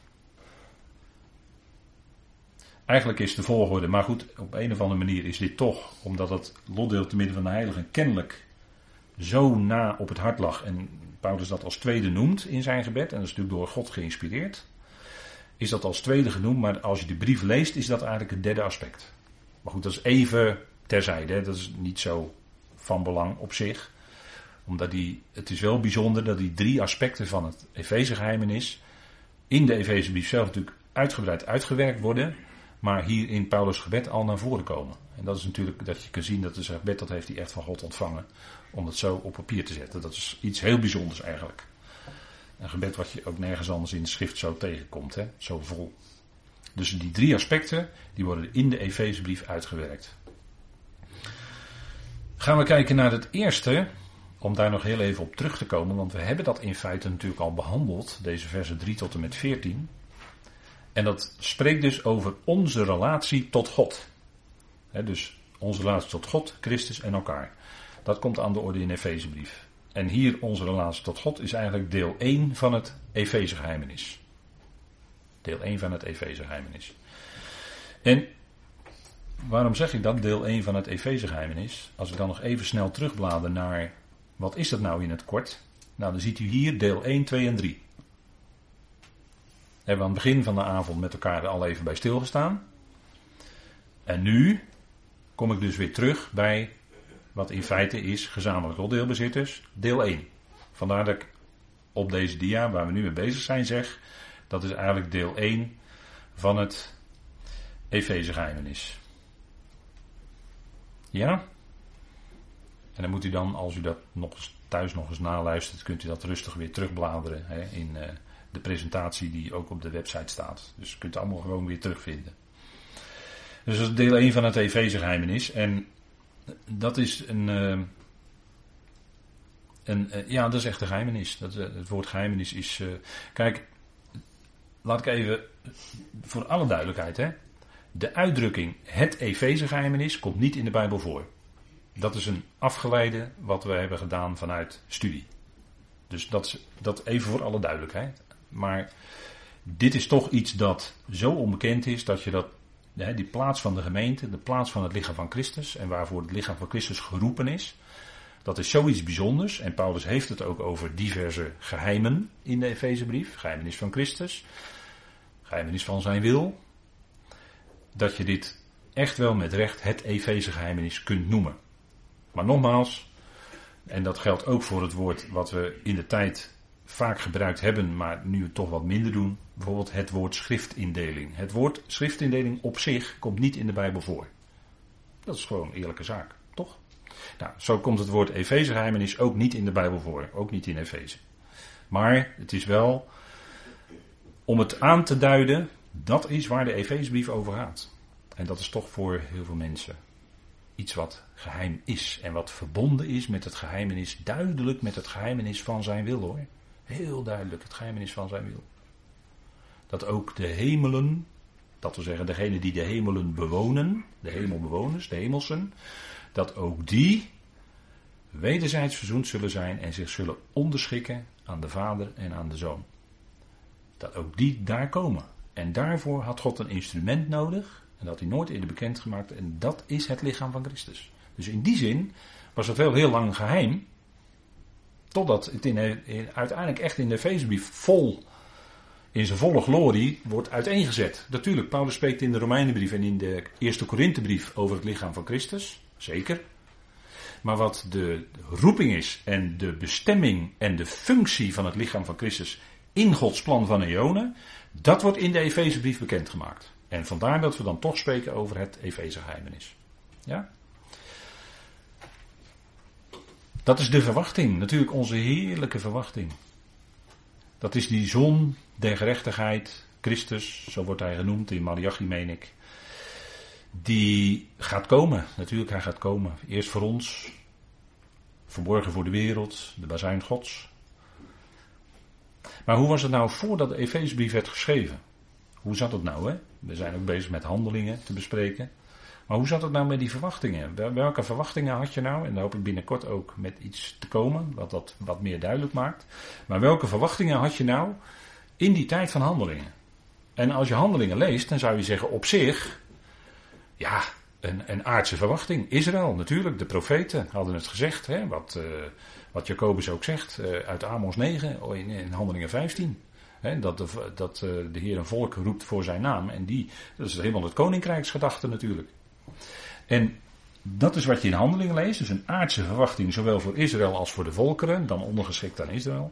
Eigenlijk is de volgorde, maar goed, op een of andere manier is dit toch, omdat het lotdeel te midden van de heiligen kennelijk zo na op het hart lag en Paulus dat als tweede noemt in zijn gebed, en dat is natuurlijk door God geïnspireerd, is dat als tweede genoemd, maar als je de brief leest is dat eigenlijk het derde aspect. Maar goed, dat is even terzijde, hè? Dat is niet zo van belang op zich, omdat die, het is wel bijzonder dat die drie aspecten van het Efezegeheimnis in de Efezebrief zelf natuurlijk uitgebreid uitgewerkt worden, maar hier in Paulus' gebed al naar voren komen. En dat is natuurlijk dat je kan zien dat het gebed, dat heeft hij echt van God ontvangen, om het zo op papier te zetten. Dat is iets heel bijzonders eigenlijk. Een gebed wat je ook nergens anders in de schrift zo tegenkomt, hè? Zo vol. Dus die drie aspecten, die worden in de Efezebrief uitgewerkt. Gaan we kijken naar het eerste, om daar nog heel even op terug te komen, want we hebben dat in feite natuurlijk al behandeld, deze versen drie tot en met veertien. En dat spreekt dus over onze relatie tot God. He, dus onze relatie tot God, Christus en elkaar. Dat komt aan de orde in de Efezebrief. En hier onze relatie tot God is eigenlijk deel één van het Efezegeheimnis. Deel één van het Efezegeheimnis. En waarom zeg ik dat, deel één van het Efezegeheimnis? Als ik dan nog even snel terugblader naar, wat is dat nou in het kort? Nou, dan ziet u hier deel één, twee en drie. Hebben we aan het begin van de avond met elkaar al even bij stilgestaan. En nu kom ik dus weer terug bij wat in feite is gezamenlijk lotdeelbezitters, deel één. Vandaar dat ik op deze dia, waar we nu mee bezig zijn, zeg, dat is eigenlijk deel één van het Efezegeheimnis. Ja? En dan moet u dan, als u dat nog eens, thuis nog eens naluistert, kunt u dat rustig weer terugbladeren hè, in uh, de presentatie die ook op de website staat. Dus u kunt het allemaal gewoon weer terugvinden. Dus dat is deel één van het Efezegeheimnis. En dat is een, uh, een uh, ja, dat is echt een geheimenis. Dat, uh, het woord geheimenis is, uh, kijk, laat ik even, voor alle duidelijkheid, hè. De uitdrukking het Efezegeheimnis komt niet in de Bijbel voor. Dat is een afgeleide wat we hebben gedaan vanuit studie. Dus dat, dat even voor alle duidelijkheid. Maar dit is toch iets dat zo onbekend is dat je dat, hè, die plaats van de gemeente, de plaats van het lichaam van Christus en waarvoor het lichaam van Christus geroepen is, Dat is zoiets bijzonders. En Paulus heeft het ook over diverse geheimen in de Efezebrief. Geheimenis van Christus. Geheimenis van zijn wil. Dat je dit echt wel met recht het Efeze-geheimenis kunt noemen. Maar nogmaals, en dat geldt ook voor het woord wat we in de tijd vaak gebruikt hebben, maar nu toch wat minder doen. Bijvoorbeeld het woord schriftindeling. Het woord schriftindeling op zich komt niet in de Bijbel voor. Dat is gewoon een eerlijke zaak, toch? Nou, zo komt het woord Efeze-geheimenis ook niet in de Bijbel voor. Ook niet in Efeze. Maar het is wel, om het aan te duiden, dat is waar de Efezebrief over gaat. En dat is toch voor heel veel mensen iets wat geheim is. En wat verbonden is met het geheimenis, duidelijk met het geheimenis van zijn wil, hoor. Heel duidelijk, het geheimenis van zijn wil. Dat ook de hemelen, dat wil zeggen degenen die de hemelen bewonen, de hemelbewoners, de hemelsen, dat ook die wederzijds verzoend zullen zijn en zich zullen onderschikken aan de Vader en aan de Zoon. Dat ook die daar komen. En daarvoor had God een instrument nodig. En dat had hij nooit eerder bekendgemaakt. En dat is het lichaam van Christus. Dus in die zin was het wel heel lang geheim. Totdat het in, in, uiteindelijk echt in de Efezebrief vol, in zijn volle glorie, wordt uiteengezet. Natuurlijk, Paulus spreekt in de Romeinenbrief en in de eerste Korinthebrief over het lichaam van Christus. Zeker. Maar wat de roeping is en de bestemming en de functie van het lichaam van Christus in Gods plan van eonen, dat wordt in de Efezebrief bekendgemaakt. En vandaar dat we dan toch spreken over het Efeze-geheimenis. Ja? Dat is de verwachting, natuurlijk onze heerlijke verwachting. Dat is die zon der gerechtigheid, Christus, zo wordt hij genoemd in Malachi, meen ik. Die gaat komen, natuurlijk hij gaat komen. Eerst voor ons, verborgen voor de wereld, de bazuin Gods. Maar hoe was het nou voordat de Efezebrief werd geschreven? Hoe zat het nou, hè? We zijn ook bezig met handelingen te bespreken. Maar hoe zat het nou met die verwachtingen? Welke verwachtingen had je nou? En daar hoop ik binnenkort ook met iets te komen, wat dat wat meer duidelijk maakt. Maar welke verwachtingen had je nou in die tijd van handelingen? En als je handelingen leest, dan zou je zeggen op zich, ja, een, een aardse verwachting. Israël, natuurlijk, de profeten hadden het gezegd, hè, wat, uh, wat Jacobus ook zegt, uh, uit Amos negen, in, in Handelingen vijftien. Hè, dat de, dat uh, de Heer een volk roept voor zijn naam. En die, dat is helemaal het koninkrijksgedachte natuurlijk. En dat is wat je in Handelingen leest, dus een aardse verwachting, zowel voor Israël als voor de volkeren, dan ondergeschikt aan Israël.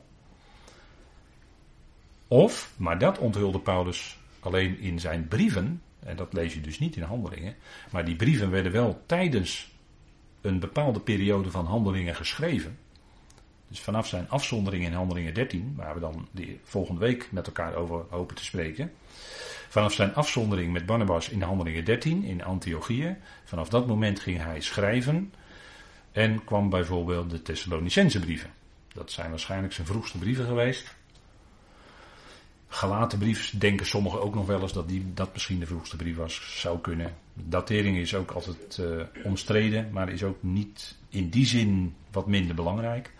Of, maar dat onthulde Paulus alleen in zijn brieven, en dat lees je dus niet in Handelingen, maar die brieven werden wel tijdens een bepaalde periode van Handelingen geschreven. Dus vanaf zijn afzondering in Handelingen dertien, waar we dan die volgende week met elkaar over hopen te spreken. Vanaf zijn afzondering met Barnabas in Handelingen dertien in Antiochië, vanaf dat moment ging hij schrijven en kwam bijvoorbeeld de Thessalonicense brieven. Dat zijn waarschijnlijk zijn vroegste brieven geweest. Galatenbrief denken sommigen ook nog wel eens dat die, dat misschien de vroegste brief was, zou kunnen. Datering is ook altijd uh, omstreden, maar is ook niet in die zin wat minder belangrijk.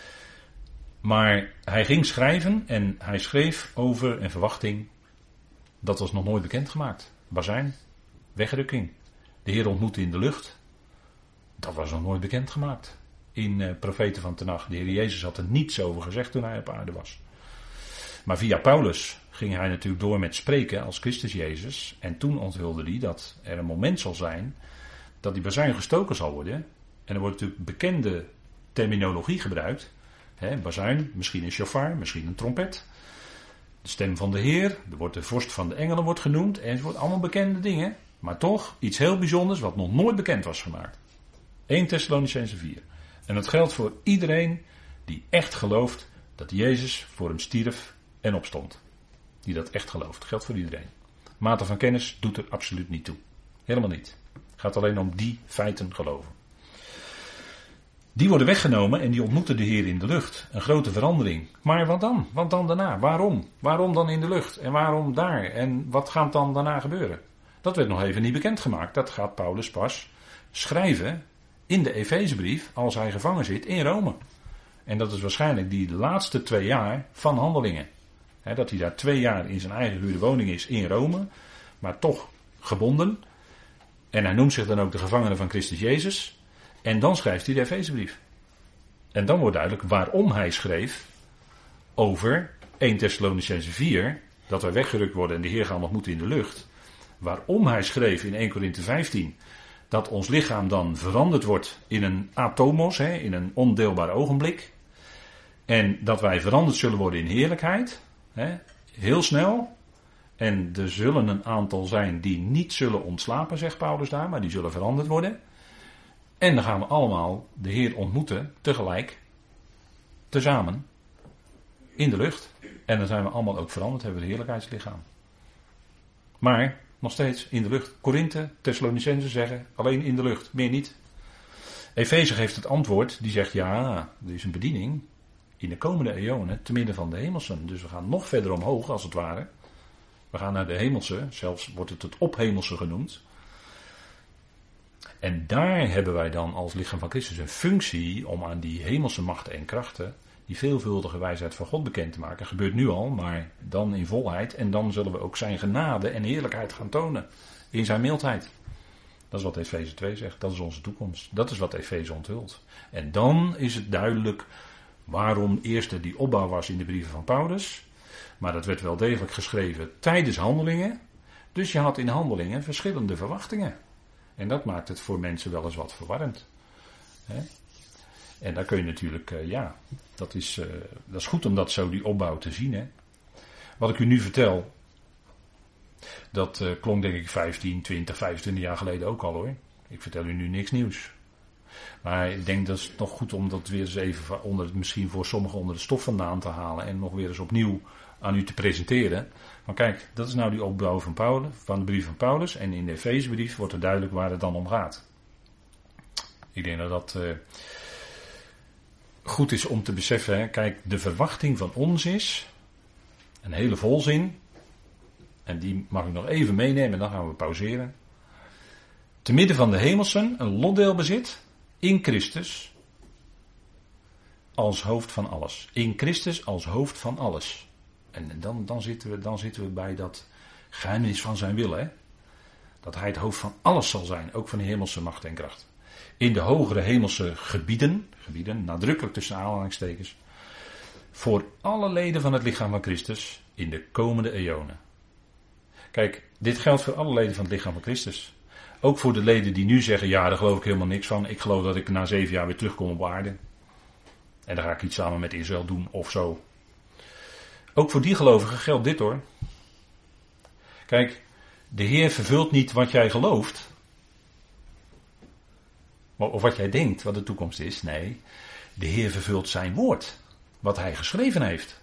Maar hij ging schrijven en hij schreef over een verwachting. Dat was nog nooit bekendgemaakt. Bazuin, wegrukking. De Heer ontmoette in de lucht. Dat was nog nooit bekendgemaakt. In uh, Profeten van Tenach. De Heer Jezus had er niets over gezegd toen hij op aarde was. Maar via Paulus ging hij natuurlijk door met spreken als Christus Jezus. En toen onthulde hij dat er een moment zal zijn dat die bazuin gestoken zal worden. En er wordt natuurlijk bekende terminologie gebruikt. He, bazuin, misschien een shofar, misschien een trompet. De stem van de Heer, er wordt de vorst van de engelen wordt genoemd. En het wordt allemaal bekende dingen. Maar toch iets heel bijzonders wat nog nooit bekend was gemaakt. Eerste Thessalonicense vier. En dat geldt voor iedereen die echt gelooft dat Jezus voor hem stierf en opstond. Die dat echt gelooft. Dat geldt voor iedereen. Mate van kennis doet er absoluut niet toe. Helemaal niet. Het gaat alleen om die feiten geloven. Die worden weggenomen en die ontmoeten de Heer in de lucht. Een grote verandering. Maar wat dan? Wat dan daarna? Waarom? Waarom dan in de lucht? En waarom daar? En wat gaat dan daarna gebeuren? Dat werd nog even niet bekendgemaakt. Dat gaat Paulus pas schrijven in de Efezebrief als hij gevangen zit in Rome. En dat is waarschijnlijk die laatste twee jaar van Handelingen. He, dat hij daar twee jaar in zijn eigen gehuurde woning is in Rome. Maar toch gebonden. En hij noemt zich dan ook de gevangene van Christus Jezus. En dan schrijft hij de Efezebrief. En dan wordt duidelijk waarom hij schreef over eerste Thessalonicenzen vier, dat wij weggerukt worden en de Heer gaan ontmoeten in de lucht. Waarom hij schreef in eerste Korinthe vijftien dat ons lichaam dan veranderd wordt in een atomos, hè, in een ondeelbaar ogenblik. En dat wij veranderd zullen worden in heerlijkheid, hè, heel snel. En er zullen een aantal zijn die niet zullen ontslapen, zegt Paulus daar, maar die zullen veranderd worden. En dan gaan we allemaal de Heer ontmoeten, tegelijk, tezamen, in de lucht. En dan zijn we allemaal ook veranderd, hebben we het heerlijkheidslichaam. Maar, nog steeds in de lucht. Korinthe, Thessalonicenzen zeggen, alleen in de lucht, meer niet. Efeze geeft het antwoord, die zegt, ja, er is een bediening in de komende eonen, te midden van de hemelsen. Dus we gaan nog verder omhoog, als het ware. We gaan naar de hemelse, zelfs wordt het het ophemelse genoemd. En daar hebben wij dan als lichaam van Christus een functie om aan die hemelse machten en krachten, die veelvuldige wijsheid van God bekend te maken. Dat gebeurt nu al, maar dan in volheid. En dan zullen we ook zijn genade en heerlijkheid gaan tonen in zijn mildheid. Dat is wat Efeze twee zegt, dat is onze toekomst. Dat is wat Efeze onthult. En dan is het duidelijk waarom eerst die opbouw was in de brieven van Paulus. Maar dat werd wel degelijk geschreven tijdens handelingen. Dus je had in handelingen verschillende verwachtingen. En dat maakt het voor mensen wel eens wat verwarrend. Hè? En daar kun je natuurlijk, uh, ja, dat is, uh, dat is goed om dat zo die opbouw te zien. Hè? Wat ik u nu vertel, dat uh, klonk denk ik vijftien, twintig, vijfentwintig jaar geleden ook al hoor. Ik vertel u nu niks nieuws. Maar ik denk dat het nog goed om dat weer eens even onder, misschien voor sommigen onder de stof vandaan te halen. En nog weer eens opnieuw aan u te presenteren. Maar kijk, dat is nou die opbouw van, Paulus, van de brief van Paulus. En in de Efezebrief wordt er duidelijk waar het dan om gaat. Ik denk dat dat uh, goed is om te beseffen. Hè. Kijk, de verwachting van ons is een hele volzin. En die mag ik nog even meenemen en dan gaan we pauzeren. Te midden van de hemelsen een lotdeel bezit in Christus als hoofd van alles. In Christus als hoofd van alles. En dan, dan, zitten we, dan zitten we bij dat geheimnis van zijn wil. Hè? Dat hij het hoofd van alles zal zijn. Ook van de hemelse macht en kracht. In de hogere hemelse gebieden. Gebieden, nadrukkelijk tussen aanhalingstekens. Voor alle leden van het lichaam van Christus. In de komende eonen. Kijk, dit geldt voor alle leden van het lichaam van Christus. Ook voor de leden die nu zeggen, ja daar geloof ik helemaal niks van. Ik geloof dat ik na zeven jaar weer terugkom op aarde. En dan ga ik iets samen met Israël doen of zo. Ook voor die gelovigen geldt dit hoor. Kijk, de Heer vervult niet wat jij gelooft. Of wat jij denkt wat de toekomst is. Nee, de Heer vervult zijn woord. Wat hij geschreven heeft.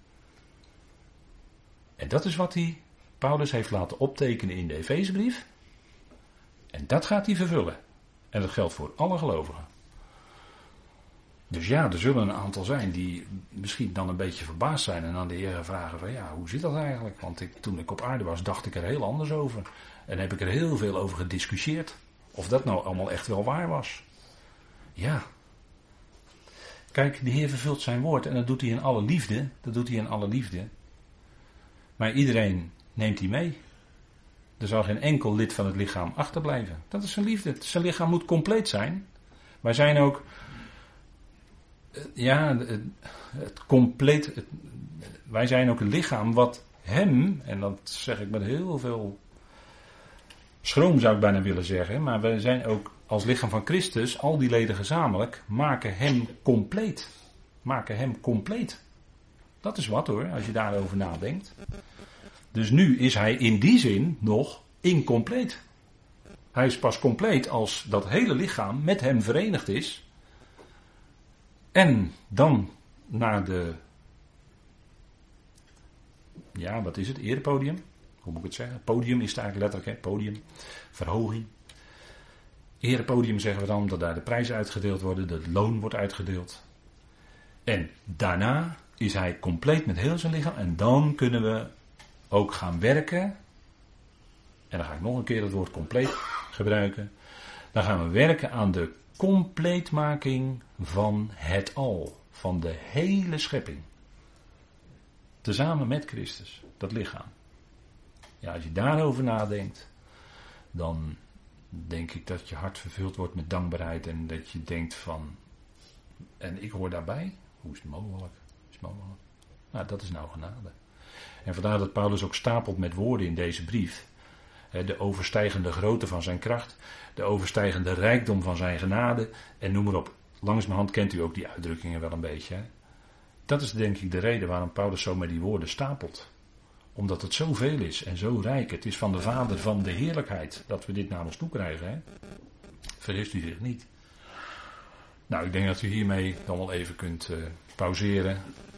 En dat is wat hij, Paulus heeft laten optekenen in de Efezebrief. En dat gaat hij vervullen. En dat geldt voor alle gelovigen. Dus ja, er zullen een aantal zijn die misschien dan een beetje verbaasd zijn en aan de Heer vragen van ja, hoe zit dat eigenlijk? Want ik, toen ik op aarde was, dacht ik er heel anders over. En heb ik er heel veel over gediscussieerd. Of dat nou allemaal echt wel waar was. Ja. Kijk, de Heer vervult zijn woord en dat doet hij in alle liefde. Dat doet hij in alle liefde. Maar iedereen neemt hij mee. Er zal geen enkel lid van het lichaam achterblijven. Dat is zijn liefde. Zijn lichaam moet compleet zijn. Wij zijn ook... Ja, het, het compleet... Het, wij zijn ook een lichaam wat hem... En dat zeg ik met heel veel schroom zou ik bijna willen zeggen. Maar wij zijn ook als lichaam van Christus... Al die leden gezamenlijk maken hem compleet. Maken hem compleet. Dat is wat hoor, als je daarover nadenkt. Dus nu is hij in die zin nog incompleet. Hij is pas compleet als dat hele lichaam met hem verenigd is. En dan naar de... Ja, wat is het? Erepodium? Hoe moet ik het zeggen? Podium is het eigenlijk letterlijk, hè? Podium. Verhoging. Erepodium zeggen we dan, dat daar de prijzen uitgedeeld worden, dat het loon wordt uitgedeeld. En daarna is hij compleet met heel zijn lichaam. En dan kunnen we ook gaan werken. En dan ga ik nog een keer het woord compleet gebruiken. Dan gaan we werken aan de compleetmaking van het al. Van de hele schepping. Tezamen met Christus. Dat lichaam. Ja, als je daarover nadenkt. Dan denk ik dat je hart vervuld wordt met dankbaarheid. En dat je denkt van... En ik hoor daarbij. Hoe is het mogelijk? Is het mogelijk? Nou, dat is nou genade. En vandaar dat Paulus ook stapelt met woorden in deze brief. De overstijgende grootte van zijn kracht. De overstijgende rijkdom van zijn genade. En noem maar op. Langzamerhand kent u ook die uitdrukkingen wel een beetje. Hè? Dat is denk ik de reden waarom Paulus zo met die woorden stapelt. Omdat het zoveel is en zo rijk. Het is van de Vader van de heerlijkheid dat we dit naar ons toe krijgen. Hè? Vergist u zich niet. Nou, ik denk dat u hiermee dan wel even kunt uh, pauzeren.